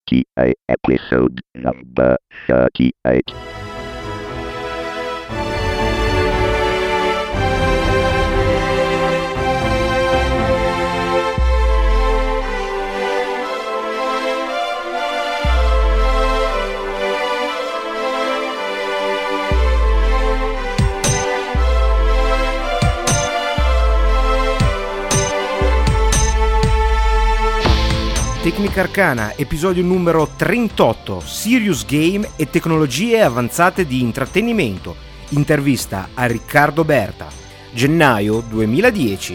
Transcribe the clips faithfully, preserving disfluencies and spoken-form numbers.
thirty-eight, episode number thirty-eight. Tecnica Arcana, episodio numero trentotto, Serious Game e tecnologie avanzate di intrattenimento. Intervista a Riccardo Berta, gennaio duemiladieci.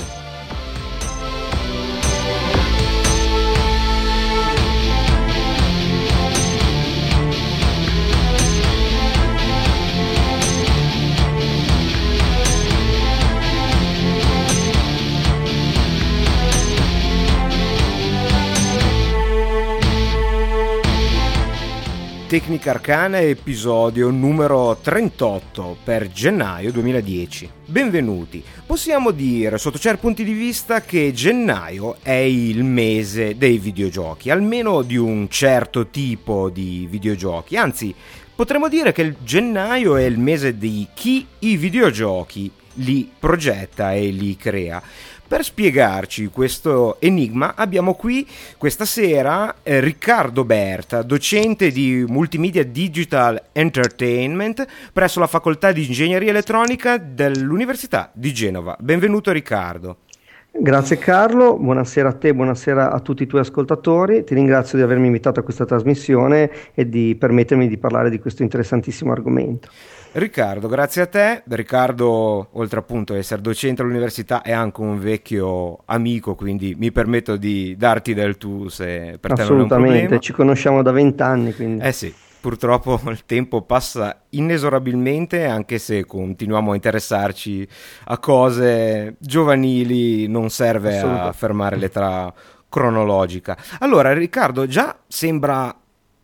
Tecnica Arcana, episodio numero trentotto per gennaio duemiladieci. Benvenuti. Possiamo dire, sotto certi punti di vista, che gennaio è il mese dei videogiochi, almeno di un certo tipo di videogiochi. Anzi, potremmo dire che il gennaio è il mese di chi i videogiochi li progetta e li crea. Per spiegarci questo enigma abbiamo qui questa sera eh, Riccardo Berta, docente di Multimedia Digital Entertainment presso la Facoltà di Ingegneria Elettronica dell'Università di Genova. Benvenuto Riccardo. Grazie Carlo, buonasera a te, buonasera a tutti i tuoi ascoltatori. Ti ringrazio di avermi invitato a questa trasmissione e di permettermi di parlare di questo interessantissimo argomento. Riccardo, grazie a te. Riccardo, oltre appunto a essere docente all'università, è anche un vecchio amico, quindi mi permetto di darti del tu se per te non è un problema. Assolutamente, ci conosciamo da vent'anni, quindi. Eh sì, purtroppo il tempo passa inesorabilmente, anche se continuiamo a interessarci a cose giovanili, non serve a fermare l'età cronologica. Allora, Riccardo, già sembra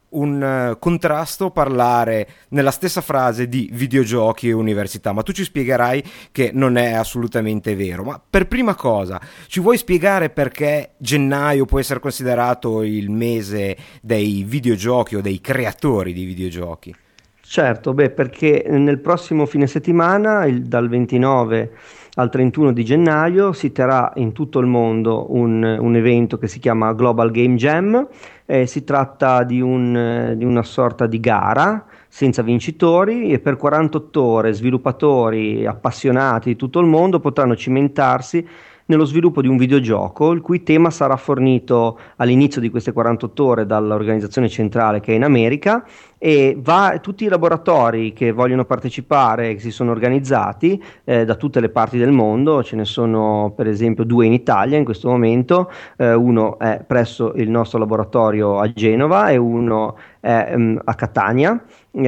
un contrasto parlare nella stessa frase di videogiochi e università, ma tu ci spiegherai che non è assolutamente vero. Ma per prima cosa, ci vuoi spiegare perché gennaio può essere considerato il mese dei videogiochi o dei creatori di videogiochi? Certo, beh, perché nel prossimo fine settimana, il, dal ventinove al trentuno di gennaio, si terrà in tutto il mondo un, un evento che si chiama Global Game Jam. Eh, si tratta di, un, di una sorta di gara senza vincitori e per quarantotto ore sviluppatori appassionati di tutto il mondo potranno cimentarsi nello sviluppo di un videogioco il cui tema sarà fornito all'inizio di queste quarantotto ore dall'organizzazione centrale che è in America, e va, tutti i laboratori che vogliono partecipare, che si sono organizzati eh, da tutte le parti del mondo, ce ne sono per esempio due in Italia in questo momento, eh, uno è presso il nostro laboratorio a Genova e uno è um, a Catania.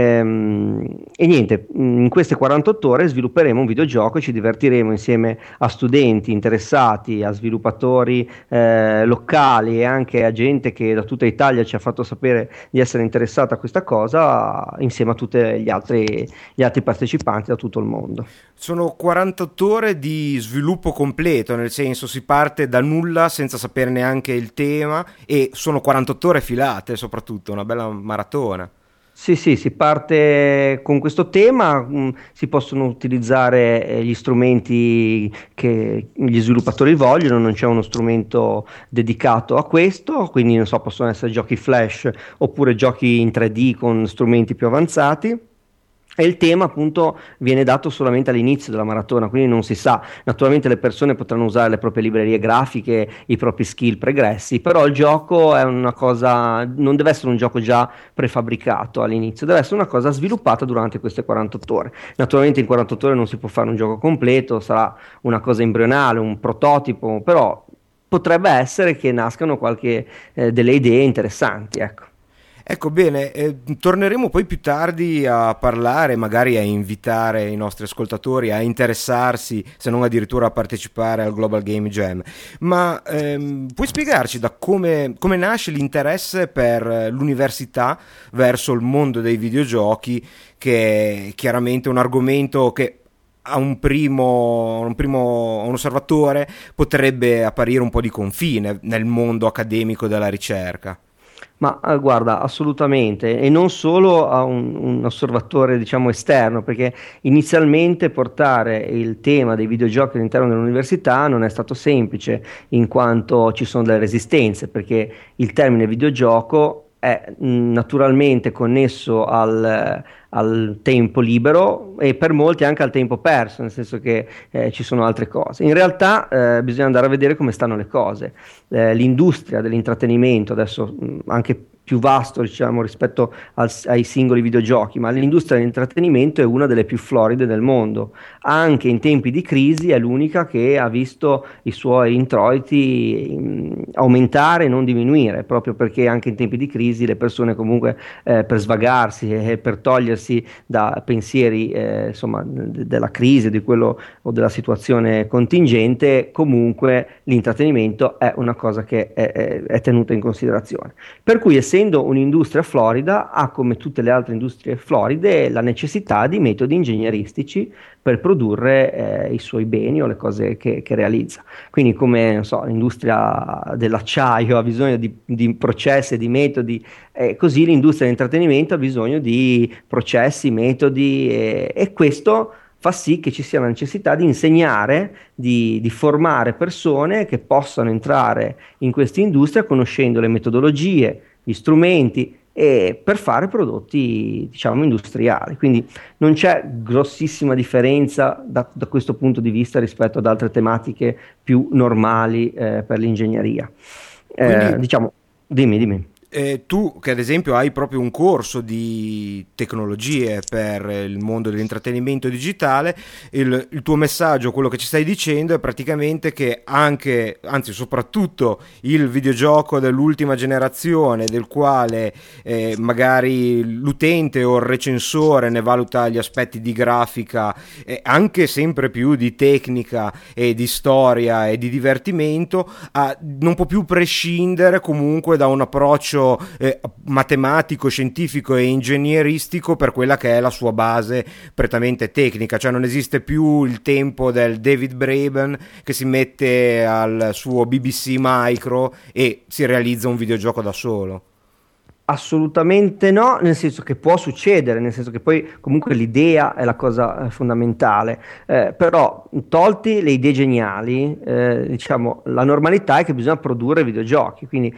Ehm, e niente, in queste quarantotto ore svilupperemo un videogioco e ci divertiremo insieme a studenti interessati, a sviluppatori eh, locali e anche a gente che da tutta Italia ci ha fatto sapere di essere interessata a questa cosa, insieme a tutti gli altri, gli altri partecipanti da tutto il mondo. Sono quarantotto ore di sviluppo completo, nel senso si parte da nulla senza sapere neanche il tema, e sono quarantotto ore filate, soprattutto una bella maratona. Sì, sì, si parte con questo tema, mh, si possono utilizzare eh, gli strumenti che gli sviluppatori vogliono, non c'è uno strumento dedicato a questo, quindi non so, possono essere giochi flash oppure giochi in tre D con strumenti più avanzati. E il tema appunto viene dato solamente all'inizio della maratona, quindi non si sa. Naturalmente le persone potranno usare le proprie librerie grafiche, i propri skill pregressi, però il gioco è una cosa, non deve essere un gioco già prefabbricato all'inizio, deve essere una cosa sviluppata durante queste quarantotto ore. Naturalmente in quarantotto ore non si può fare un gioco completo, sarà una cosa embrionale, un prototipo, però potrebbe essere che nascano qualche eh, delle idee interessanti, ecco. Ecco, bene, eh, torneremo poi più tardi a parlare, magari a invitare i nostri ascoltatori a interessarsi, se non addirittura a partecipare al Global Game Jam. Ma ehm, puoi spiegarci da come, come nasce l'interesse per l'università verso il mondo dei videogiochi, che è chiaramente un argomento che a un primo, un primo un osservatore potrebbe apparire un po' di confine nel mondo accademico della ricerca? Ma eh, guarda, assolutamente, e non solo a un, un osservatore, diciamo, esterno, perché inizialmente portare il tema dei videogiochi all'interno dell'università non è stato semplice, in quanto ci sono delle resistenze, perché il termine videogioco è mh, naturalmente connesso al, al tempo libero e per molti anche al tempo perso, nel senso che eh, ci sono altre cose. In realtà eh, bisogna andare a vedere come stanno le cose. Eh, l'industria dell'intrattenimento, adesso mh, anche più vasto diciamo rispetto al- ai singoli videogiochi, ma l'industria dell'intrattenimento è una delle più floride del mondo. Anche in tempi di crisi è l'unica che ha visto i suoi introiti mh, aumentare e non diminuire, proprio perché anche in tempi di crisi le persone comunque eh, per svagarsi e per togliersi da pensieri eh, insomma, de- della crisi, di quello o della situazione contingente, comunque l'intrattenimento è una cosa che è, è- è tenuta in considerazione. Per cui, essendo un'industria florida, ha come tutte le altre industrie floride la necessità di metodi ingegneristici per produrre eh, i suoi beni o le cose che, che realizza. Quindi, come non so, l'industria dell'acciaio ha bisogno di, di processi e di metodi, eh, così l'industria dell'intrattenimento ha bisogno di processi, metodi e, e questo fa sì che ci sia la necessità di insegnare, di, di formare persone che possano entrare in questa industria conoscendo le metodologie, gli strumenti e per fare prodotti, diciamo, industriali. Quindi non c'è grossissima differenza da, da questo punto di vista rispetto ad altre tematiche più normali eh, per l'ingegneria. Eh, Quindi diciamo, dimmi, dimmi. Eh, tu che ad esempio hai proprio un corso di tecnologie per il mondo dell'intrattenimento digitale, il, il tuo messaggio, quello che ci stai dicendo è praticamente che anche, anzi soprattutto il videogioco dell'ultima generazione, del quale eh, magari l'utente o il recensore ne valuta gli aspetti di grafica, eh, anche sempre più di tecnica e di storia e di divertimento, ah, non può più prescindere comunque da un approccio Eh, matematico, scientifico e ingegneristico per quella che è la sua base prettamente tecnica. Cioè non esiste più il tempo del David Braben che si mette al suo B B C Micro e si realizza un videogioco da solo. Assolutamente no, nel senso che può succedere, nel senso che poi comunque l'idea è la cosa eh, fondamentale. Eh, però tolti le idee geniali, eh, diciamo, la normalità è che bisogna produrre videogiochi, quindi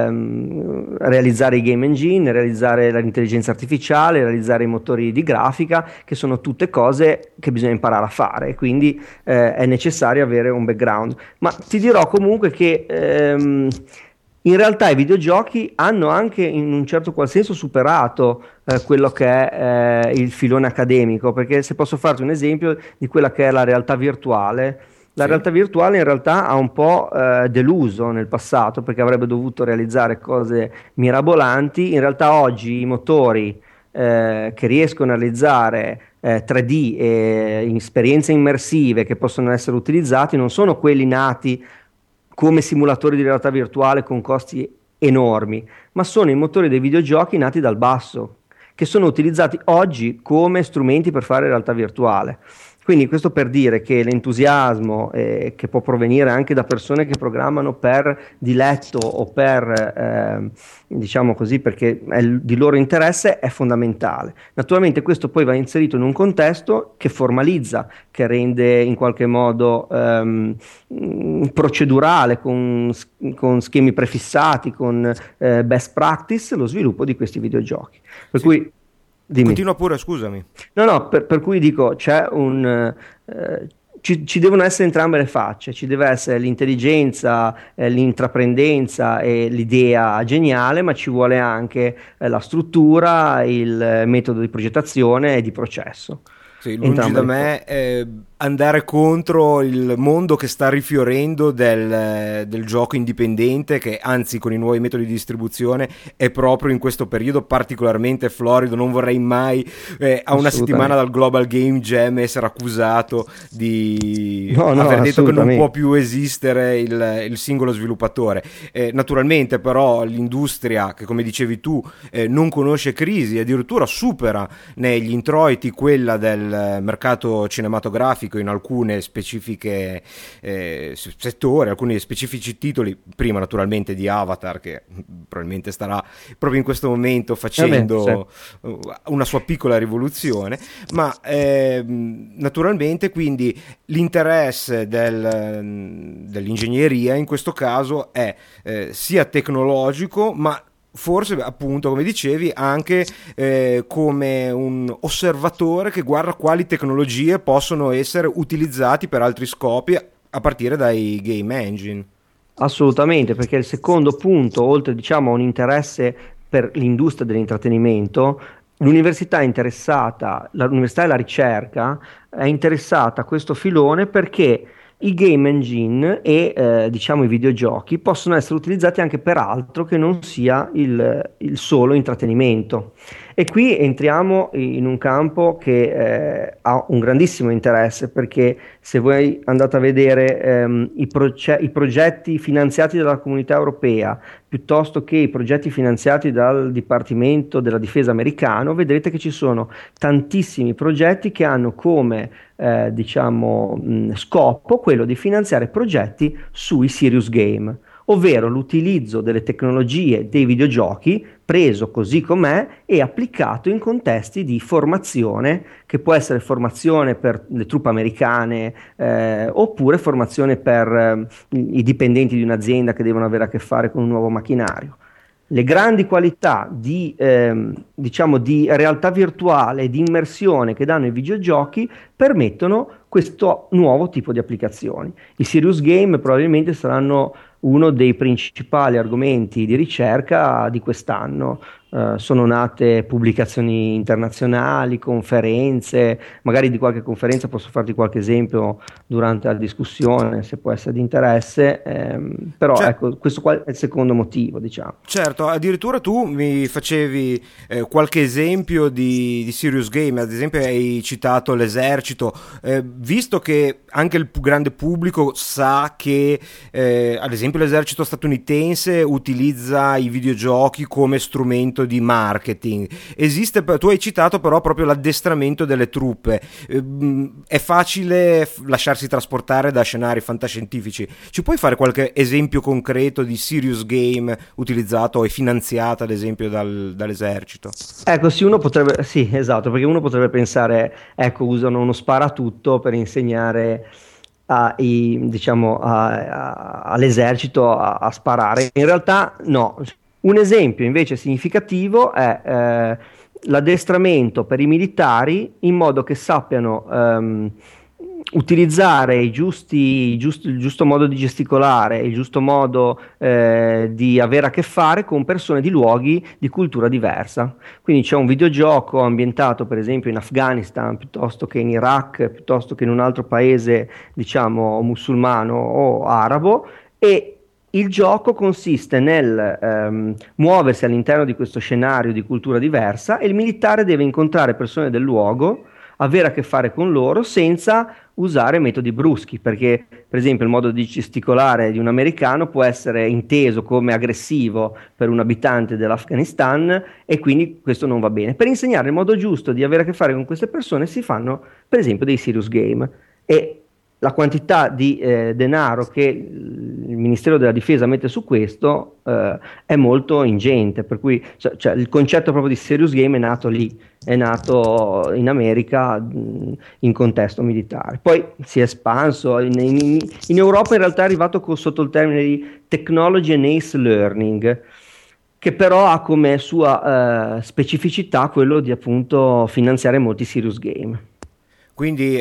ehm, realizzare i game engine, realizzare l'intelligenza artificiale, realizzare i motori di grafica, che sono tutte cose che bisogna imparare a fare, quindi eh, è necessario avere un background. Ma ti dirò comunque che ehm, in realtà i videogiochi hanno anche in un certo qual senso superato eh, quello che è eh, il filone accademico, perché se posso farti un esempio di quella che è la realtà virtuale, la Sì. realtà virtuale in realtà ha un po' eh, deluso nel passato perché avrebbe dovuto realizzare cose mirabolanti. In realtà oggi i motori eh, che riescono a realizzare eh, tre D e esperienze immersive che possono essere utilizzati non sono quelli nati come simulatori di realtà virtuale con costi enormi, ma sono i motori dei videogiochi nati dal basso, che sono utilizzati oggi come strumenti per fare realtà virtuale. Quindi questo per dire che l'entusiasmo eh, che può provenire anche da persone che programmano per diletto o per, eh, diciamo così, perché è l- di loro interesse, è fondamentale. Naturalmente questo poi va inserito in un contesto che formalizza, che rende in qualche modo ehm, mh, procedurale, con, s- con schemi prefissati, con eh, best practice, lo sviluppo di questi videogiochi. Per Sì. cui, dimmi. Continua pure, scusami. No, no, per, per cui dico, c'è un, eh, ci, ci devono essere entrambe le facce, ci deve essere l'intelligenza, eh, l'intraprendenza e l'idea geniale, ma ci vuole anche eh, la struttura, il metodo di progettazione e di processo. Sì, lungi Entrambe da le me eh, andare contro il mondo che sta rifiorendo del, del gioco indipendente, che anzi con i nuovi metodi di distribuzione è proprio in questo periodo particolarmente florido. Non vorrei mai eh, a una settimana dal Global Game Jam essere accusato di No, no, aver detto che non assolutamente. può più esistere il, il singolo sviluppatore. Eh, naturalmente però l'industria, che come dicevi tu eh, non conosce crisi, addirittura supera negli introiti quella del mercato cinematografico specifico in alcune specifiche eh, settori, alcuni specifici titoli, prima naturalmente di Avatar, che probabilmente starà proprio in questo momento facendo eh beh, sì. una sua piccola rivoluzione, ma eh, naturalmente quindi l'interesse del, dell'ingegneria in questo caso è eh, sia tecnologico, ma forse appunto, come dicevi, anche eh, come un osservatore che guarda quali tecnologie possono essere utilizzati per altri scopi a partire dai game engine. Assolutamente, perché il secondo punto, oltre diciamo a un interesse per l'industria dell'intrattenimento, l'università è interessata, l'università e la ricerca è interessata a questo filone perché i game engine e eh, diciamo i videogiochi possono essere utilizzati anche per altro che non sia il, il solo intrattenimento. E qui entriamo in un campo che eh, ha un grandissimo interesse, perché se voi andate a vedere ehm, i, proce- i progetti finanziati dalla Comunità Europea piuttosto che i progetti finanziati dal Dipartimento della Difesa americano, vedrete che ci sono tantissimi progetti che hanno come eh, diciamo mh, scopo quello di finanziare progetti sui serious game, ovvero l'utilizzo delle tecnologie dei videogiochi preso così com'è e applicato in contesti di formazione, che può essere formazione per le truppe americane eh, oppure formazione per eh, i dipendenti di un'azienda che devono avere a che fare con un nuovo macchinario. Le grandi qualità di, ehm, diciamo, di realtà virtuale e di immersione che danno i videogiochi permettono questo nuovo tipo di applicazioni. I serious game probabilmente saranno uno dei principali argomenti di ricerca di quest'anno. Uh, sono nate pubblicazioni internazionali, conferenze, magari di qualche conferenza posso farti qualche esempio durante la discussione se può essere di interesse, ehm, però cioè, ecco, questo qua è il secondo motivo, diciamo. Certo, addirittura tu mi facevi eh, qualche esempio di, di serious game, ad esempio hai citato l'esercito, eh, visto che anche il grande pubblico sa che eh, ad esempio l'esercito statunitense utilizza i videogiochi come strumento di marketing. Esiste, tu hai citato però proprio l'addestramento delle truppe. È facile lasciarsi trasportare da scenari fantascientifici. Ci puoi fare qualche esempio concreto di serious game utilizzato e finanziato ad esempio dal, dall'esercito? Ecco, sì, uno potrebbe, sì, esatto, perché uno potrebbe pensare, ecco, usano uno sparatutto per insegnare a, i, diciamo, a, a, all'esercito a, a sparare. In realtà no. Un esempio invece significativo è eh, l'addestramento per i militari in modo che sappiano ehm, utilizzare i giusti, i giusti, il giusto modo di gesticolare, il giusto modo eh, di avere a che fare con persone di luoghi di cultura diversa. Quindi c'è un videogioco ambientato per esempio in Afghanistan piuttosto che in Iraq, piuttosto che in un altro paese diciamo musulmano o arabo, e il gioco consiste nel ehm, muoversi all'interno di questo scenario di cultura diversa e il militare deve incontrare persone del luogo, avere a che fare con loro senza usare metodi bruschi, perché per esempio il modo di gesticolare di un americano può essere inteso come aggressivo per un abitante dell'Afghanistan e quindi questo non va bene. Per insegnare il modo giusto di avere a che fare con queste persone si fanno per esempio dei serious game, e la quantità di eh, denaro che il Ministero della Difesa mette su questo eh, è molto ingente, per cui cioè, cioè, il concetto proprio di serious game è nato lì, è nato in America mh, in contesto militare, poi si è espanso in, in, in Europa, in realtà è arrivato con, sotto il termine di Technology and Ace Learning, che però ha come sua eh, specificità quello di appunto finanziare molti serious game. Quindi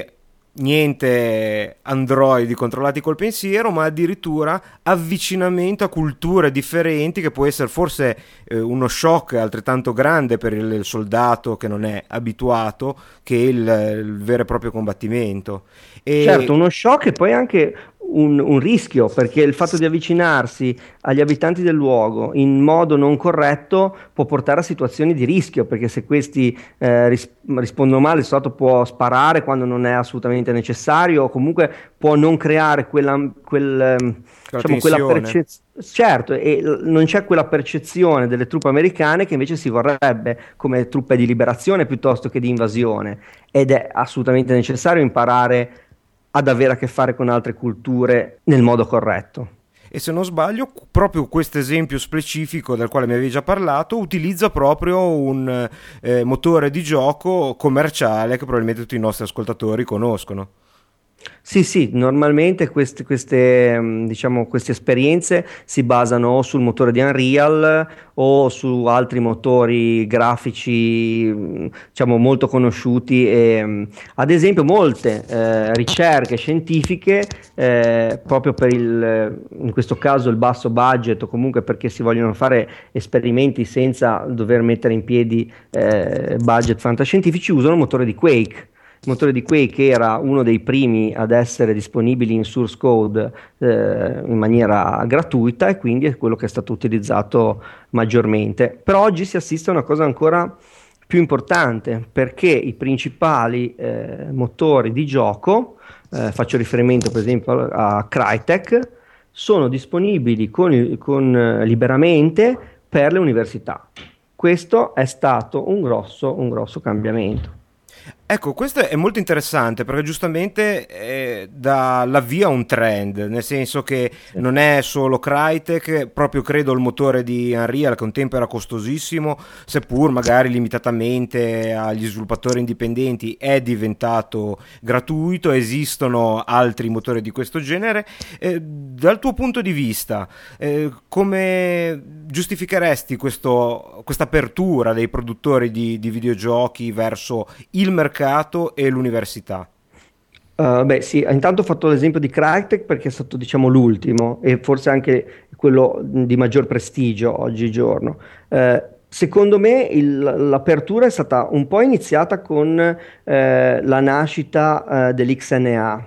niente androidi controllati col pensiero, ma addirittura avvicinamento a culture differenti, che può essere forse eh, uno shock altrettanto grande per il, il soldato che non è abituato che il, il vero e proprio combattimento. E... certo, uno shock e poi anche un, un rischio, perché il fatto di avvicinarsi agli abitanti del luogo in modo non corretto può portare a situazioni di rischio, perché se questi eh, ris- rispondono male il soldato può sparare quando non è assolutamente necessario, o comunque può non creare quella, quel, diciamo, quella percezione. Certo, e l- non c'è quella percezione delle truppe americane che invece si vorrebbe come truppe di liberazione piuttosto che di invasione, ed è assolutamente necessario imparare ad avere a che fare con altre culture nel modo corretto. E se non sbaglio, proprio questo esempio specifico del quale mi avevi già parlato utilizza proprio un eh, motore di gioco commerciale che probabilmente tutti i nostri ascoltatori conoscono. Sì, sì, normalmente queste, queste, mh, diciamo, queste esperienze si basano o sul motore di Unreal o su altri motori grafici, mh, diciamo, molto conosciuti e, mh, ad esempio, molte eh, ricerche scientifiche, eh, proprio per il, in questo caso il basso budget o comunque perché si vogliono fare esperimenti senza dover mettere in piedi eh, budget fantascientifici, usano il motore di Quake. Il motore di Quake era uno dei primi ad essere disponibili in source code eh, in maniera gratuita e quindi è quello che è stato utilizzato maggiormente. Però oggi si assiste a una cosa ancora più importante, perché i principali eh, motori di gioco, eh, faccio riferimento per esempio a Crytek, sono disponibili con, con, eh, liberamente per le università. Questo è stato un grosso, un grosso cambiamento. Ecco, questo è molto interessante perché giustamente eh, dà l'avvio a un trend, nel senso che sì. Non è solo Crytek, proprio credo il motore di Unreal che un tempo era costosissimo, seppur magari limitatamente agli sviluppatori indipendenti, è diventato gratuito, esistono altri motori di questo genere. Eh, dal tuo punto di vista, eh, come giustificheresti questo, questa apertura dei produttori di, di videogiochi verso il mercato e l'università? Uh, beh sì, intanto ho fatto l'esempio di Crytek perché è stato diciamo l'ultimo e forse anche quello di maggior prestigio oggigiorno. Uh, secondo me il, l'apertura è stata un po' iniziata con uh, la nascita uh, dell'X N A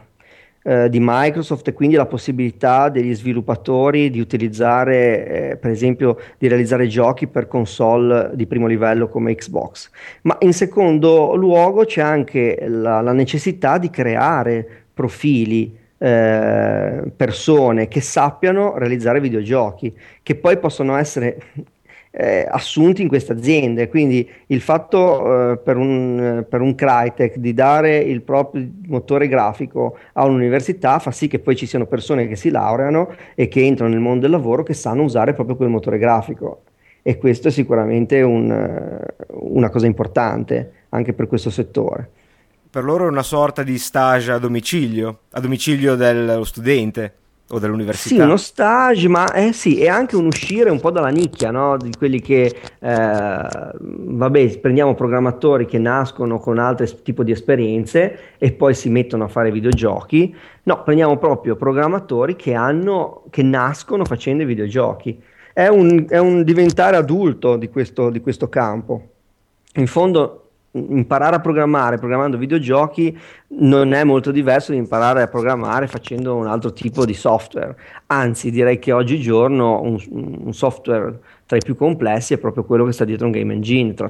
di Microsoft e quindi la possibilità degli sviluppatori di utilizzare, eh, per esempio, di realizzare giochi per console di primo livello come Xbox. Ma in secondo luogo c'è anche la, la necessità di creare profili, eh, persone che sappiano realizzare videogiochi, che poi possono essere Eh, assunti in queste aziende. Quindi il fatto eh, per un, per un Crytek di dare il proprio motore grafico a un'università fa sì che poi ci siano persone che si laureano e che entrano nel mondo del lavoro che sanno usare proprio quel motore grafico, e questo è sicuramente un, una cosa importante anche per questo settore. Per loro è una sorta di stage a domicilio, a domicilio dello studente o dell'università. Sì, uno stage, ma eh, sì, è anche un uscire un po' dalla nicchia, no? Di quelli che, eh, vabbè, prendiamo programmatori che nascono con altro tipo di esperienze e poi si mettono a fare videogiochi. No, prendiamo proprio programmatori che hanno, che nascono facendo i videogiochi. È un, è un diventare adulto di questo, di questo campo. In fondo, imparare a programmare programmando videogiochi non è molto diverso di imparare a programmare facendo un altro tipo di software, anzi direi che oggigiorno un, un software tra i più complessi è proprio quello che sta dietro un game engine tra,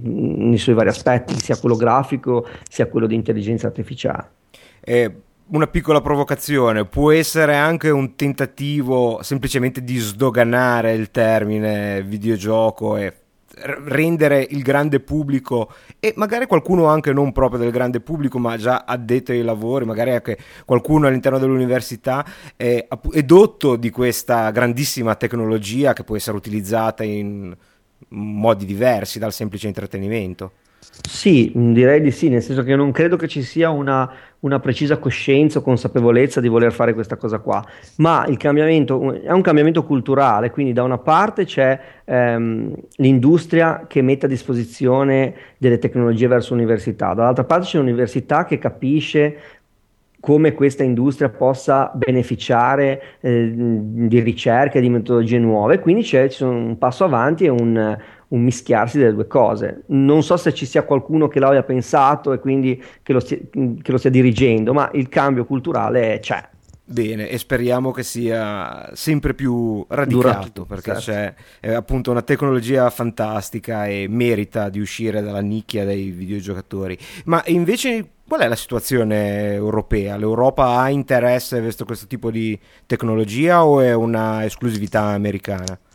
nei suoi vari aspetti, sia quello grafico sia quello di intelligenza artificiale. Eh, una piccola provocazione, può essere anche un tentativo semplicemente di sdoganare il termine videogioco e rendere il grande pubblico, e magari qualcuno anche non proprio del grande pubblico ma già addetto ai lavori, magari anche qualcuno all'interno dell'università, è, è dotto di questa grandissima tecnologia che può essere utilizzata in modi diversi dal semplice intrattenimento. Sì, direi di sì, nel senso che non credo che ci sia una, una precisa coscienza o consapevolezza di voler fare questa cosa qua, ma il cambiamento è un cambiamento culturale, quindi da una parte c'è ehm, l'industria che mette a disposizione delle tecnologie verso l'università, dall'altra parte c'è l'università che capisce come questa industria possa beneficiare eh, di ricerche, di metodologie nuove, quindi c'è, ci sono un passo avanti e un, un mischiarsi delle due cose. Non so se ci sia qualcuno che l'abbia pensato e quindi che lo stia, che lo stia dirigendo, ma il cambio culturale c'è. Bene, e speriamo che sia sempre più radicato, perché certo. C'è è appunto una tecnologia fantastica e merita di uscire dalla nicchia dei videogiocatori. Ma invece qual è la situazione europea? L'Europa ha interesse verso questo tipo di tecnologia o è una esclusività americana?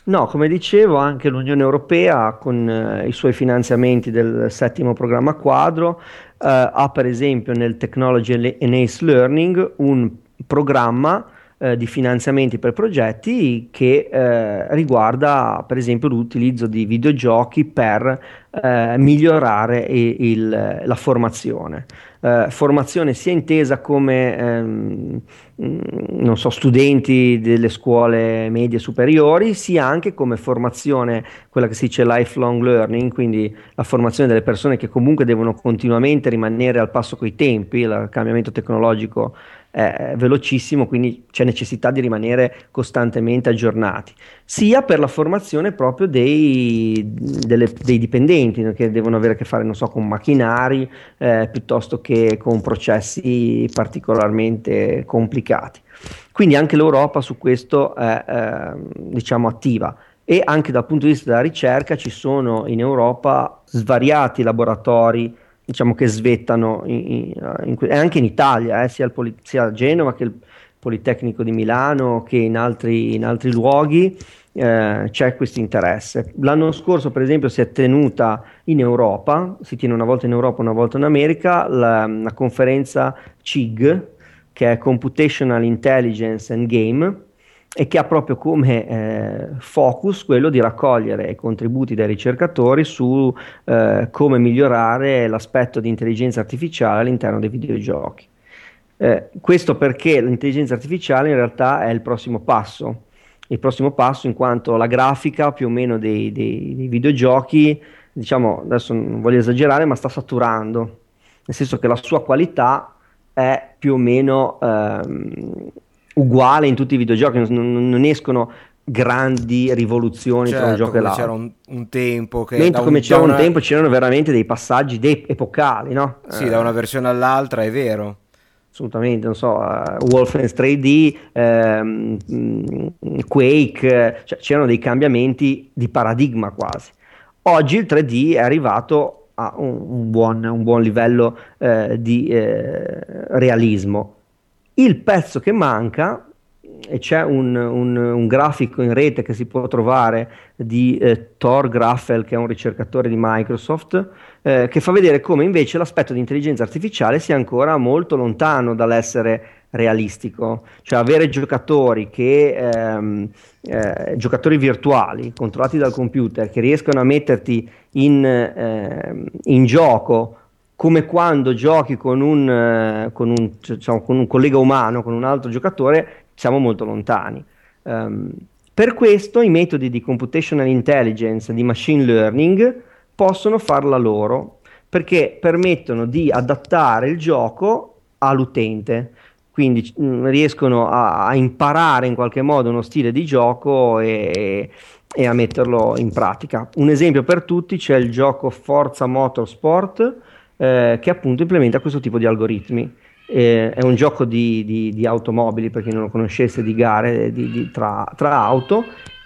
No, come dicevo, anche l'Unione Europea con eh, i suoi finanziamenti del settimo programma quadro eh, ha per esempio nel Technology Enhanced Learning un programma eh, di finanziamenti per progetti che eh, riguarda per esempio l'utilizzo di videogiochi per eh, migliorare il- il- la formazione. Eh, formazione sia intesa come ehm, mh, non so, studenti delle scuole medie superiori, sia anche come formazione, quella che si dice lifelong learning, quindi la formazione delle persone che comunque devono continuamente rimanere al passo coi tempi, il cambiamento tecnologico è velocissimo, quindi c'è necessità di rimanere costantemente aggiornati, sia per la formazione proprio dei, delle- dei dipendenti, no, che devono avere a che fare, non so, con macchinari eh, piuttosto che con processi particolarmente complicati. Quindi anche l'Europa su questo è eh, diciamo attiva e anche dal punto di vista della ricerca ci sono in Europa svariati laboratori diciamo che svettano in- in- in que- e anche in Italia, eh, sia, il Poli- sia a Genova che il Politecnico di Milano che in altri, in altri luoghi eh, c'è questo interesse. L'anno scorso, per esempio, si è tenuta in Europa, si tiene una volta in Europa, una volta in America, la, la conferenza C I G, che è Computational Intelligence and Game, e che ha proprio come eh, focus quello di raccogliere i contributi dai ricercatori su eh, come migliorare l'aspetto di intelligenza artificiale all'interno dei videogiochi. Eh, questo perché l'intelligenza artificiale in realtà è il prossimo passo, il prossimo passo in quanto la grafica più o meno dei, dei- dei videogiochi, diciamo, adesso non voglio esagerare, ma sta saturando, nel senso che la sua qualità è più o meno ehm, uguale in tutti i videogiochi, non, non- non escono grandi rivoluzioni tra un Certo, gioco e come c'era l'altro. un, un tempo che da, Mentre come un- da c'era un una, tempo c'erano veramente dei passaggi de- epocali, no? sì, da una Eh, versione all'altra, è vero. assolutamente, non so, eh, Wolfenstein tre D, ehm, mh, Quake, eh, cioè, c'erano dei cambiamenti di paradigma quasi. Oggi il tre D è arrivato a un, un buon, un buon livello eh, di eh, realismo. Il pezzo che manca, e c'è un, un- un grafico in rete che si può trovare di eh, Thor Graffel, che è un ricercatore di Microsoft, eh, che fa vedere come invece l'aspetto di intelligenza artificiale sia ancora molto lontano dall'essere realistico, cioè avere giocatori che ehm, eh, giocatori virtuali controllati dal computer che riescono a metterti in, ehm, in gioco come quando giochi con un, eh, con un, diciamo, con un collega umano, con un altro giocatore, siamo molto lontani. Ehm, per questo i metodi di computational intelligence, di machine learning, possono farla loro, perché permettono di adattare il gioco all'utente. Quindi mh, riescono a, a imparare in qualche modo uno stile di gioco e, e a metterlo in pratica. Un esempio per tutti c'è il gioco Forza Motorsport, eh, che appunto implementa questo tipo di algoritmi. Eh, è un gioco di, di- di automobili, per chi non lo conoscesse, di gare di- di- tra, tra auto,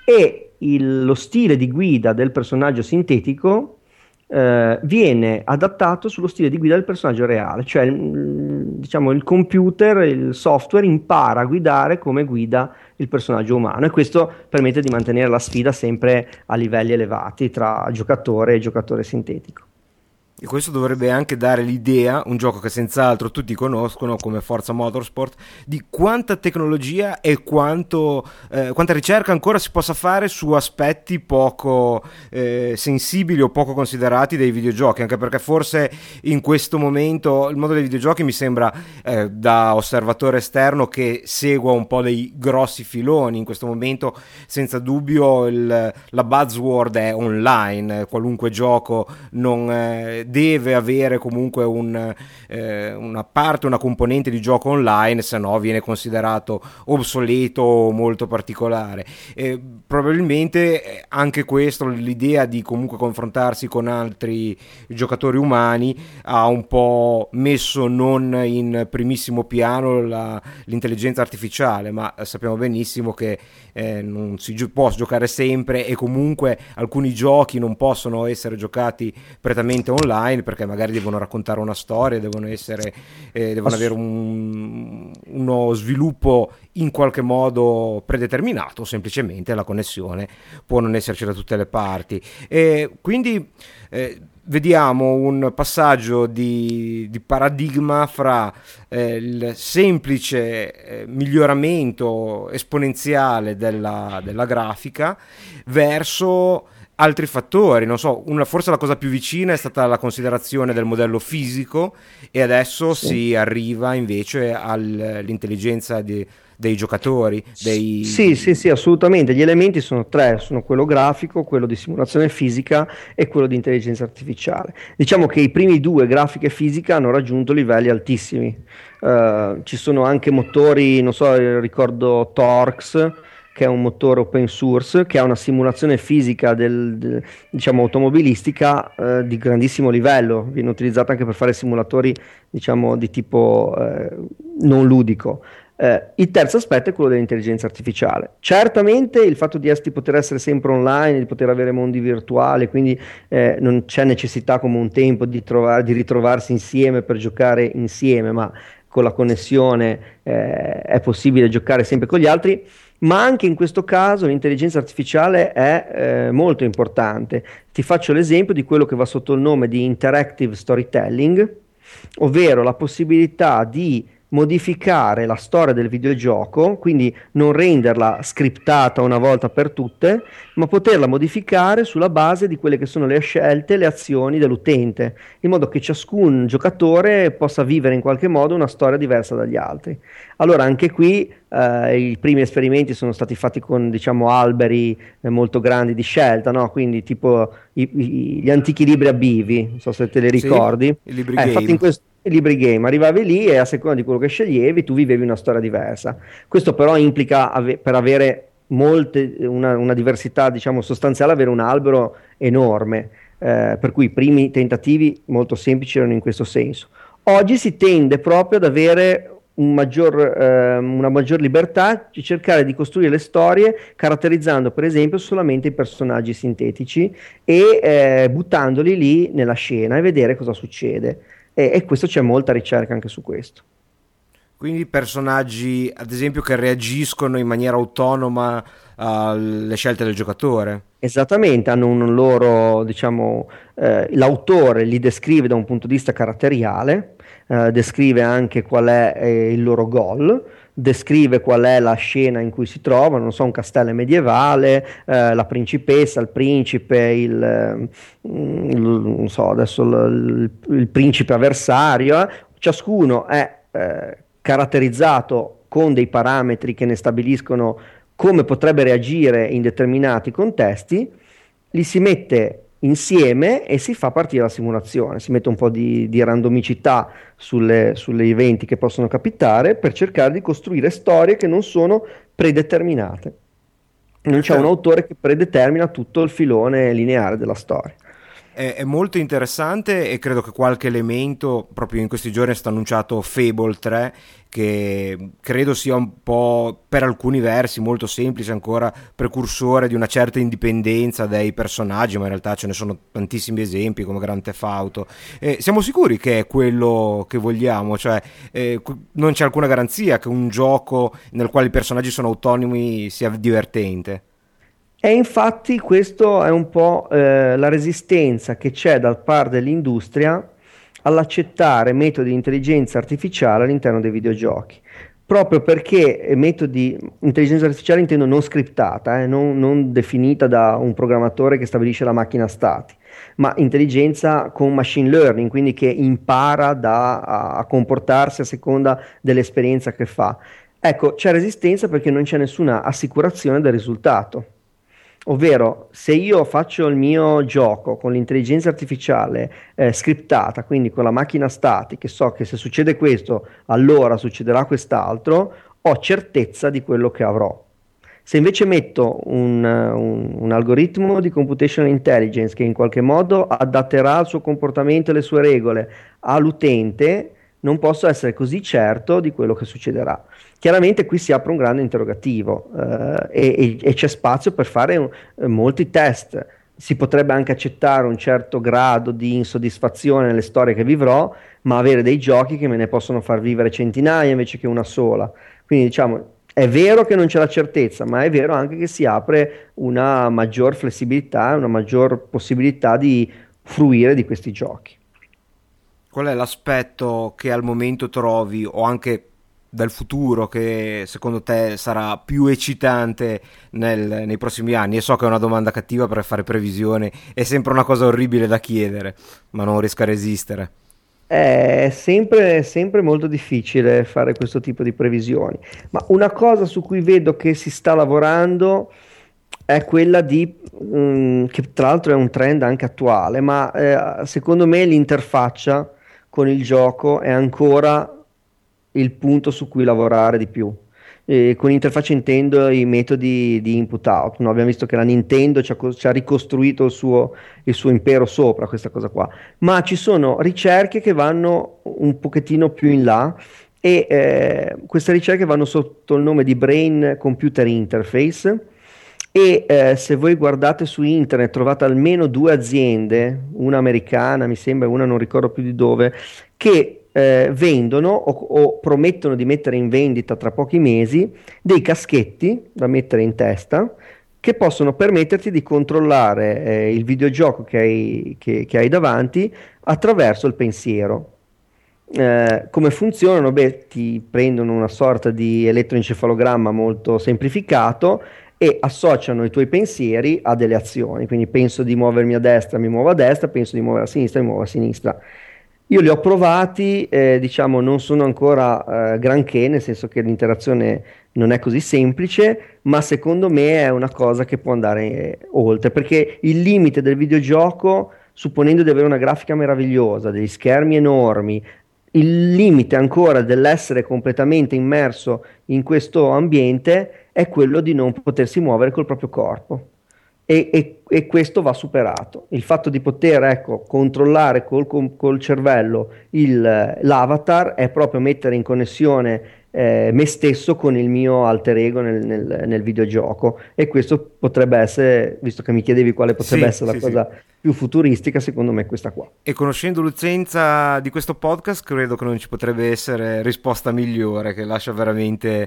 e il- lo stile di guida del personaggio sintetico eh, viene adattato sullo stile di guida del personaggio reale, cioè il, diciamo, il computer, il software impara a guidare come guida il personaggio umano, e questo permette di mantenere la sfida sempre a livelli elevati tra giocatore e giocatore sintetico. E questo dovrebbe anche dare l'idea, un gioco che senz'altro tutti conoscono come Forza Motorsport, di quanta tecnologia e quanto, eh, quanta ricerca ancora si possa fare su aspetti poco eh, sensibili o poco considerati dei videogiochi, anche perché forse in questo momento il mondo dei videogiochi mi sembra, eh, da osservatore esterno che segua un po' dei grossi filoni. In questo momento senza dubbio il, la buzzword è online, qualunque gioco non... Eh, deve avere comunque un, eh, una parte, una componente di gioco online, se no viene considerato obsoleto o molto particolare. Eh, probabilmente anche questo, l'idea di comunque confrontarsi con altri giocatori umani, ha un po' messo non in primissimo piano la, l'intelligenza artificiale, ma sappiamo benissimo che eh, non si gio- può giocare sempre, e comunque alcuni giochi non possono essere giocati prettamente online, online perché magari devono raccontare una storia, devono essere eh, devono avere un, uno sviluppo in qualche modo predeterminato, o semplicemente la connessione può non esserci da tutte le parti. E quindi eh, vediamo un passaggio di, di paradigma fra eh, il semplice eh, miglioramento esponenziale della, della grafica verso altri fattori. Non so, una, forse la cosa più vicina è stata la considerazione del modello fisico, e adesso sì. si arriva invece all'intelligenza di dei giocatori, dei... Sì, sì, sì, assolutamente. Gli elementi sono tre, sono quello grafico, quello di simulazione fisica e quello di intelligenza artificiale. Diciamo che i primi due, grafica e fisica, hanno raggiunto livelli altissimi. Uh, ci sono anche motori, non so, ricordo Torx, che è un motore open source, che ha una simulazione fisica del, del, diciamo, automobilistica eh, di grandissimo livello, viene utilizzata anche per fare simulatori, diciamo, di tipo eh, non ludico. Eh, il terzo aspetto è quello dell'intelligenza artificiale. Certamente il fatto di, es- di poter essere sempre online, di poter avere mondi virtuali, quindi eh, non c'è necessità come un tempo di, trovare, di ritrovarsi insieme per giocare insieme, ma con la connessione eh, è possibile giocare sempre con gli altri. Ma anche in questo caso l'intelligenza artificiale è eh, molto importante. Ti faccio l'esempio di quello che va sotto il nome di interactive storytelling, ovvero la possibilità di modificare la storia del videogioco, quindi non renderla scriptata una volta per tutte, ma poterla modificare sulla base di quelle che sono le scelte, le azioni dell'utente, in modo che ciascun giocatore possa vivere in qualche modo una storia diversa dagli altri. Allora anche qui eh, i primi esperimenti sono stati fatti con, diciamo, alberi eh, molto grandi di scelta, no? Quindi tipo i, i, gli antichi libri a bivi, non so se te li ricordi, sì, i libri eh, game. Fatti in questo i libri game, arrivavi lì e a seconda di quello che sceglievi tu vivevi una storia diversa. Questo però implica ave- per avere molte, una, una diversità, diciamo, sostanziale, avere un albero enorme, eh, per cui i primi tentativi molto semplici erano in questo senso. Oggi si tende proprio ad avere un maggior, eh, una maggior libertà di cercare di costruire le storie caratterizzando per esempio solamente i personaggi sintetici e eh, buttandoli lì nella scena e vedere cosa succede. E, e questo, c'è molta ricerca anche su questo. Quindi personaggi, ad esempio, che reagiscono in maniera autonoma alle scelte del giocatore. Esattamente, hanno un loro, diciamo, eh, l'autore li descrive da un punto di vista caratteriale, eh, descrive anche qual è eh, il loro goal, descrive qual è la scena in cui si trovano, non so, un castello medievale, eh, la principessa, il principe, il, il non so, adesso il, il principe avversario, eh. Ciascuno è eh, caratterizzato con dei parametri che ne stabiliscono come potrebbe reagire in determinati contesti, li si mette insieme e si fa partire la simulazione, si mette un po' di, di randomicità sulle, sulle eventi che possono capitare per cercare di costruire storie che non sono predeterminate. Non c'è un autore che predetermina tutto il filone lineare della storia. È, è molto interessante, e credo che qualche elemento, proprio in questi giorni è stato annunciato Fable tre, che credo sia un po', per alcuni versi molto semplice, ancora precursore di una certa indipendenza dei personaggi, ma in realtà ce ne sono tantissimi esempi come Grand Theft Auto. Eh, siamo sicuri che è quello che vogliamo? Cioè eh, non c'è alcuna garanzia che un gioco nel quale i personaggi sono autonomi sia divertente? E infatti questo è un po' eh, la resistenza che c'è da parte dell'industria all'accettare metodi di intelligenza artificiale all'interno dei videogiochi, proprio perché metodi di intelligenza artificiale intendo non scriptata, eh, non, non definita da un programmatore che stabilisce la macchina stati, ma intelligenza con machine learning, quindi che impara da, a, a comportarsi a seconda dell'esperienza che fa. Ecco, c'è resistenza perché non c'è nessuna assicurazione del risultato. Ovvero, se io faccio il mio gioco con l'intelligenza artificiale eh, scriptata, quindi con la macchina statica, che so che se succede questo, allora succederà quest'altro, ho certezza di quello che avrò. Se invece metto un, un, un algoritmo di computational intelligence che in qualche modo adatterà il suo comportamento e le sue regole all'utente, non posso essere così certo di quello che succederà. Chiaramente qui si apre un grande interrogativo eh, e, e, e c'è spazio per fare un, molti test. si potrebbe anche accettare un certo grado di insoddisfazione nelle storie che vivrò, ma avere dei giochi che me ne possono far vivere centinaia invece che una sola. Quindi diciamo, è vero che non c'è la certezza, ma è vero anche che si apre una maggior flessibilità, una maggior possibilità di fruire di questi giochi. Qual è l'aspetto che al momento trovi, o anche del futuro, che secondo te sarà più eccitante nel- nei prossimi anni? E so che è una domanda cattiva per fare previsione, è sempre una cosa orribile da chiedere, ma non riesco a resistere. È sempre, sempre molto difficile fare questo tipo di previsioni, ma una cosa su cui vedo che si sta lavorando è quella di, mm, che tra l'altro è un trend anche attuale, ma eh, secondo me l'interfaccia con il gioco è ancora il punto su cui lavorare di più. E con interfaccia intendo i metodi di input-out, no? Abbiamo visto che la Nintendo ci ha, co- ci ha ricostruito il suo, il suo impero sopra questa cosa qua, ma ci sono ricerche che vanno un pochettino più in là e eh, queste ricerche vanno sotto il nome di Brain Computer Interface e eh, se voi guardate su internet trovate almeno due aziende, una americana mi sembra, e una non ricordo più di dove, che eh, vendono o, o promettono di mettere in vendita tra pochi mesi dei caschetti da mettere in testa che possono permetterti di controllare eh, il videogioco che hai, che, che hai davanti attraverso il pensiero. Eh, come funzionano? Beh, ti prendono una sorta di elettroencefalogramma molto semplificato e associano i tuoi pensieri a delle azioni. Quindi penso di muovermi a destra, mi muovo a destra, penso di muovere a sinistra, mi muovo a sinistra. Io li ho provati, eh, diciamo, non sono ancora eh, granché, nel senso che l'interazione non è così semplice, ma secondo me è una cosa che può andare eh, oltre, perché il limite del videogioco, supponendo di avere una grafica meravigliosa, degli schermi enormi, il limite ancora dell'essere completamente immerso in questo ambiente è quello di non potersi muovere col proprio corpo. E, e- e questo va superato. Il fatto di poter, ecco, controllare col, col- col cervello il- l'avatar è proprio mettere in connessione eh, me stesso con il mio alter ego nel, nel- nel videogioco. E questo potrebbe essere, visto che mi chiedevi quale potrebbe Sì, essere la sì, sì. cosa più futuristica, secondo me è questa qua. E conoscendo l'utenza di questo podcast, credo che non ci potrebbe essere risposta migliore, che lascia veramente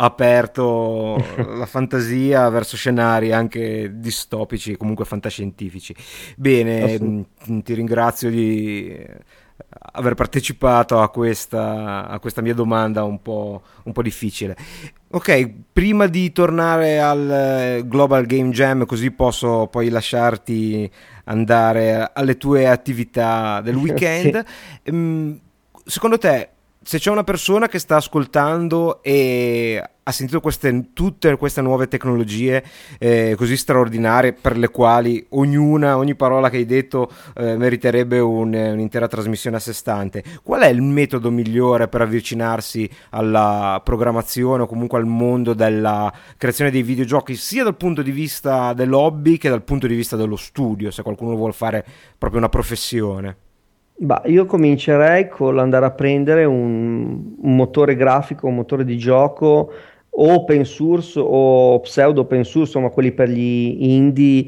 aperto la fantasia verso scenari anche distopici e comunque fantascientifici. Bene, Assolutamente. mh, ti ringrazio di aver partecipato a questa, a questa mia domanda un po', un po' difficile. Ok, prima di tornare al eh, Global Game Jam, così posso poi lasciarti andare alle tue attività del Sì. weekend, ehm, secondo te, se c'è una persona che sta ascoltando e ha sentito queste, tutte queste nuove tecnologie eh, così straordinarie, per le quali ognuna, ogni parola che hai detto eh, meriterebbe un- un'intera trasmissione a sé stante, qual è il metodo migliore per avvicinarsi alla programmazione o comunque al mondo della creazione dei videogiochi, sia dal punto di vista dell'hobby che dal punto di vista dello studio, se qualcuno vuole fare proprio una professione? Bah, io comincerei con l'andare a prendere un, un motore grafico, un motore di gioco o open source o pseudo open source, insomma quelli per gli indie,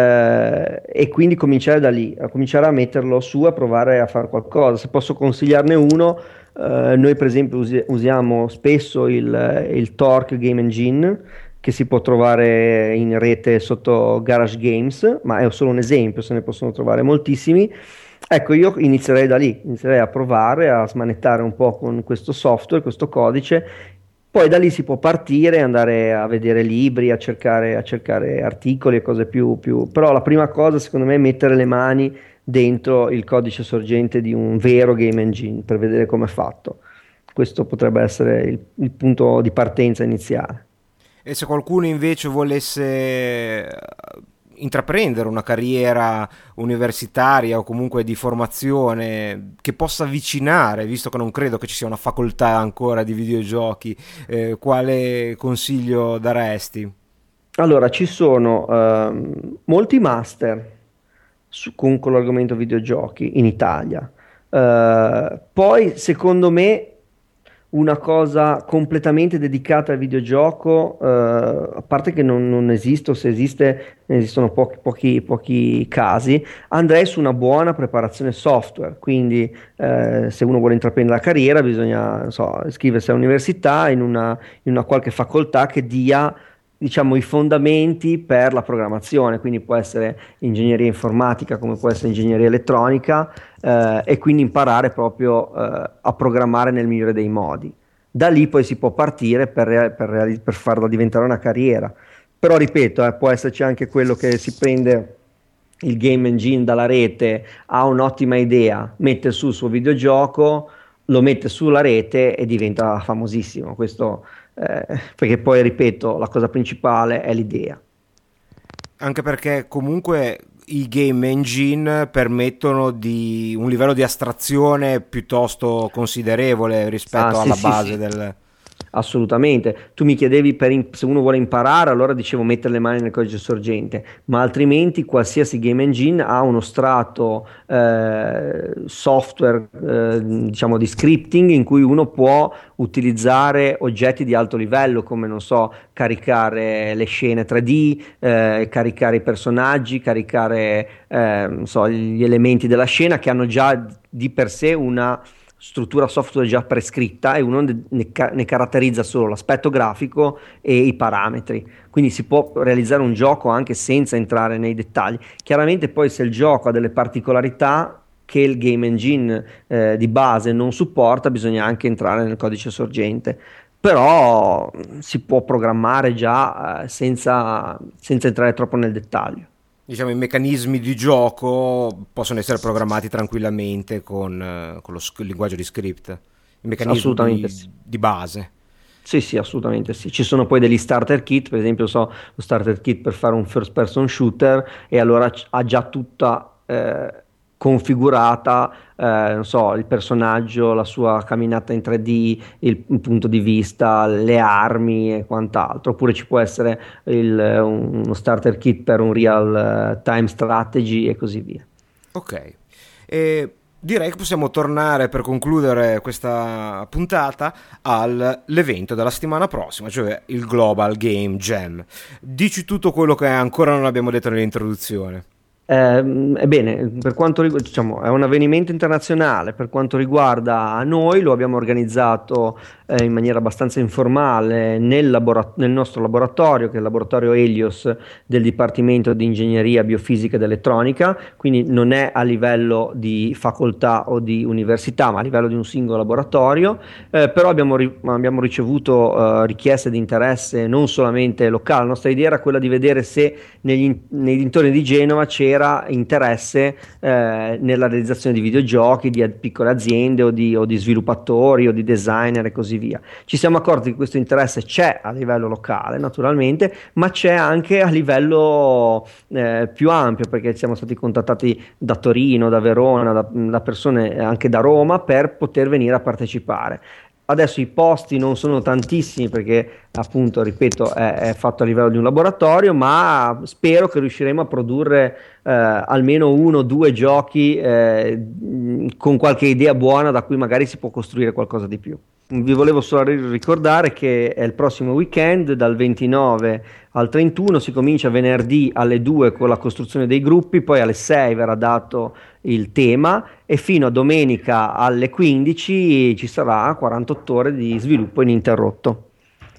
eh, e quindi cominciare da lì, a cominciare a metterlo su, a provare a fare qualcosa. Se posso consigliarne uno, eh, noi per esempio usi- usiamo spesso il, il Torque Game Engine che si può trovare in rete sotto Garage Games, ma è solo un esempio, se ne possono trovare moltissimi. Ecco, io inizierei da lì, inizierei a provare a smanettare un po' con questo software, questo codice, poi da lì si può partire, andare a vedere libri, a cercare, a cercare articoli e cose più, più... Però la prima cosa, secondo me, è mettere le mani dentro il codice sorgente di un vero game engine per vedere come è fatto. Questo potrebbe essere il, il punto di partenza iniziale. E se qualcuno invece volesse eh, intraprendere una carriera universitaria o comunque di formazione che possa avvicinare, visto che non credo che ci sia una facoltà ancora di videogiochi, eh, quale consiglio daresti? Allora, ci sono ehm, molti master su- con, con l'argomento videogiochi in Italia. Eh, poi, secondo me, una cosa completamente dedicata al videogioco, eh, a parte che non, non esiste, o se esiste, ne esistono pochi, pochi, pochi casi, andrei su una buona preparazione software. Quindi, eh, se uno vuole intraprendere la carriera, bisogna, non so, iscriversi all'università in una, in una qualche facoltà che dia, diciamo, i fondamenti per la programmazione. Quindi può essere ingegneria informatica, come può essere ingegneria elettronica, eh, e quindi imparare proprio eh, a programmare nel migliore dei modi. Da lì poi si può partire per, rea- per, reali- per farla diventare una carriera. Però ripeto, eh, può esserci anche quello che si prende il game engine dalla rete, ha un'ottima idea, mette su il suo videogioco, lo mette sulla rete e diventa famosissimo. Questo, eh, perché poi, ripeto, la cosa principale è l'idea. Anche perché comunque i game engine permettono di un livello di astrazione piuttosto considerevole rispetto Ah, sì, alla sì, base sì. del... Assolutamente. Tu mi chiedevi per im- se uno vuole imparare, allora dicevo mettere le mani nel codice sorgente, ma altrimenti qualsiasi game engine ha uno strato eh, software, eh, diciamo, di scripting, in cui uno può utilizzare oggetti di alto livello, come, non so, caricare le scene tre D, eh, caricare i personaggi, caricare, eh, non so, gli elementi della scena che hanno già di per sé una struttura software già prescritta, e uno ne, ne ca- ne caratterizza solo l'aspetto grafico e i parametri. Quindi si può realizzare un gioco anche senza entrare nei dettagli. Chiaramente poi, se il gioco ha delle particolarità che il game engine eh, di base non supporta, bisogna anche entrare nel codice sorgente. Però mh, si può programmare già eh, senza, senza entrare troppo nel dettaglio. Diciamo, i meccanismi di gioco possono essere programmati tranquillamente con, eh, con lo sc- il linguaggio di script, i meccanismi Assolutamente di, sì. di base. Sì, sì, assolutamente sì. Ci sono poi degli starter kit, per esempio, so, lo starter kit per fare un first person shooter, e allora c- ha già tutta eh, configurata, eh, non so, il personaggio, la sua camminata in tre D, il, il punto di vista, le armi e quant'altro. Oppure ci può essere il- uno starter kit per un real eh, time strategy e così via. Ok, e direi che possiamo tornare per concludere questa puntata all'evento della settimana prossima, cioè il Global Game Jam. Dici tutto quello che ancora non abbiamo detto nell'introduzione. Ehm, ebbene, per quanto riguarda, diciamo, è un avvenimento internazionale. Per quanto riguarda noi, lo abbiamo organizzato eh, in maniera abbastanza informale nel, labora- nel nostro laboratorio, che è il laboratorio Helios del Dipartimento di Ingegneria Biofisica ed Elettronica. Quindi non è a livello di facoltà o di università, ma a livello di un singolo laboratorio. Eh, però abbiamo, ri- abbiamo ricevuto eh, richieste di interesse non solamente locale. La nostra idea era quella di vedere se negli, nei dintorni di Genova c'era interesse eh, nella realizzazione di videogiochi di piccole aziende, o di, o di sviluppatori o di designer e così via. Ci siamo accorti che questo interesse c'è a livello locale, naturalmente, ma c'è anche a livello eh, più ampio, perché siamo stati contattati da Torino, da Verona, da, da persone anche da Roma, per poter venire a partecipare. Adesso i posti non sono tantissimi, perché, appunto, ripeto, è, è fatto a livello di un laboratorio, ma spero che riusciremo a produrre eh, almeno uno o due giochi eh, con qualche idea buona, da cui magari si può costruire qualcosa di più. Vi volevo solo ricordare che è il prossimo weekend, dal ventinove al trentuno. Si comincia venerdì alle due con la costruzione dei gruppi, poi alle sei verrà dato il tema, e fino a domenica alle quindici ci sarà quarantotto ore di sviluppo ininterrotto.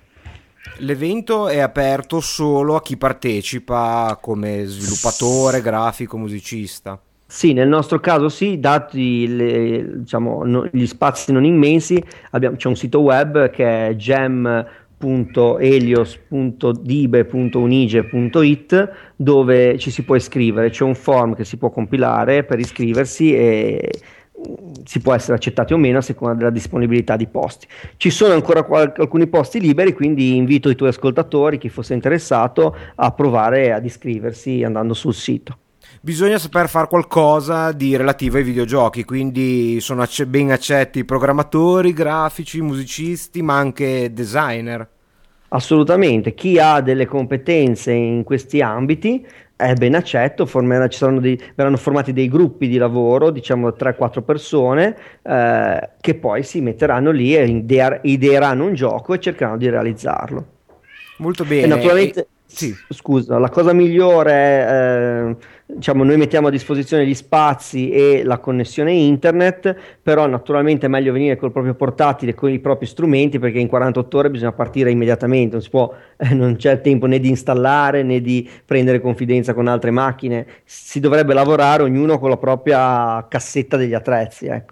L'evento è aperto solo a chi partecipa come sviluppatore, grafico, musicista. Sì, nel nostro caso sì, dati le- diciamo, no- gli spazi non immensi, abbiamo- c'è un sito web che è gem punto helios punto dibe punto unige punto it, dove ci si può iscrivere. C'è un form che si può compilare per iscriversi, e mm, si può essere accettati o meno a seconda della disponibilità di posti. Ci sono ancora qual- alcuni posti liberi, quindi invito i tuoi ascoltatori, chi fosse interessato, a provare ad iscriversi andando sul sito. Bisogna saper fare qualcosa di relativo ai videogiochi, quindi sono acce- ben accetti programmatori, grafici, musicisti, ma anche designer. Assolutamente, chi ha delle competenze in questi ambiti è ben accetto, formerà, ci saranno dei, verranno formati dei gruppi di lavoro, diciamo tre quattro persone, eh, che poi si metteranno lì e idea- ideeranno un gioco e cercheranno di realizzarlo. Molto bene. E naturalmente, E- sì. s- scusa, la cosa migliore è, eh, diciamo, noi mettiamo a disposizione gli spazi e la connessione internet, però naturalmente è meglio venire col proprio portatile, con i propri strumenti, perché in quarantotto ore bisogna partire immediatamente, non si può, eh, non c'è tempo né di installare né di prendere confidenza con altre macchine, si dovrebbe lavorare ognuno con la propria cassetta degli attrezzi, ecco.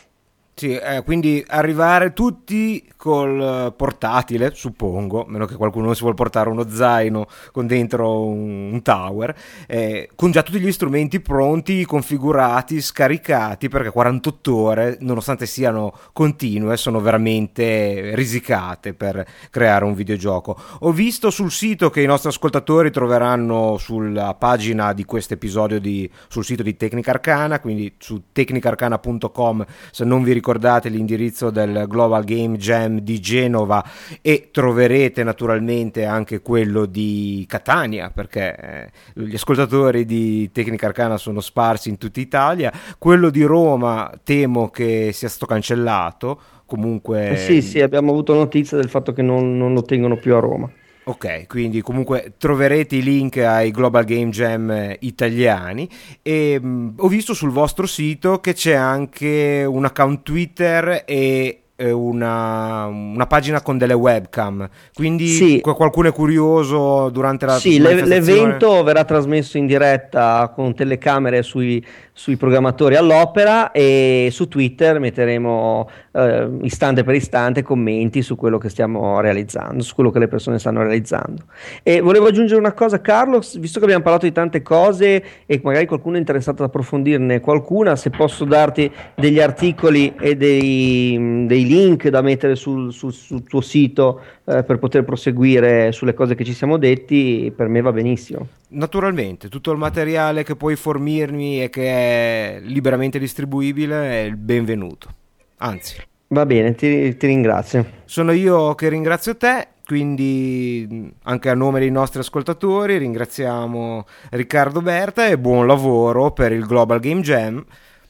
Sì, eh, quindi arrivare tutti col eh, portatile, suppongo, a meno che qualcuno non si vuole portare uno zaino con dentro un, un tower, eh, con già tutti gli strumenti pronti, configurati, scaricati, perché quarantotto ore, nonostante siano continue, sono veramente risicate per creare un videogioco. Ho visto sul sito che i nostri ascoltatori troveranno sulla pagina di questo episodio di, sul sito di Tecnica Arcana, quindi su tecnica arcana punto com, se non vi ricordate l'indirizzo del Global Game Jam di Genova, e troverete naturalmente anche quello di Catania, perché eh, gli ascoltatori di Tecnica Arcana sono sparsi in tutta Italia. Quello di Roma temo che sia stato cancellato, comunque. Eh sì, sì, abbiamo avuto notizia del fatto che non, non lo tengono più a Roma. Ok, quindi comunque troverete i link ai Global Game Jam eh, italiani, e mh, ho visto sul vostro sito che c'è anche un account Twitter e eh, una, una pagina con delle webcam, quindi Sì. qu- qualcuno è curioso durante la Sì, l'e- manifestazione? l'evento verrà trasmesso in diretta con telecamere sui, sui programmatori all'opera, e su Twitter metteremo eh, istante per istante commenti su quello che stiamo realizzando, su quello che le persone stanno realizzando. E volevo aggiungere una cosa, Carlo, s- visto che abbiamo parlato di tante cose e magari qualcuno è interessato ad approfondirne qualcuna, se posso darti degli articoli e dei, dei link da mettere sul, sul- sul tuo sito eh, per poter proseguire sulle cose che ci siamo detti, per me va benissimo. Naturalmente, tutto il materiale che puoi fornirmi e che è liberamente distribuibile è il benvenuto. Anzi, Va bene, ti, ti ringrazio. sono io che ringrazio te, quindi mh, anche a nome dei nostri ascoltatori ringraziamo Riccardo Berta e buon lavoro per il Global Game Jam.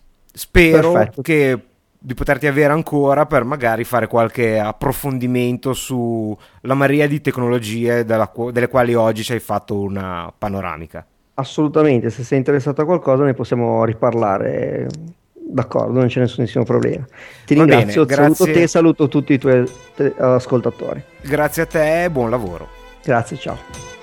Spero Perfetto. che di poterti avere ancora per magari fare qualche approfondimento sulla marea di tecnologie della qu- delle quali oggi ci hai fatto una panoramica. Assolutamente, se sei interessato a qualcosa ne possiamo riparlare. D'accordo, non c'è nessunissimo problema. Ti Va bene, ringrazio, saluto grazie. te, saluto tutti i tuoi te- ascoltatori. Grazie a te e buon lavoro. Grazie, ciao.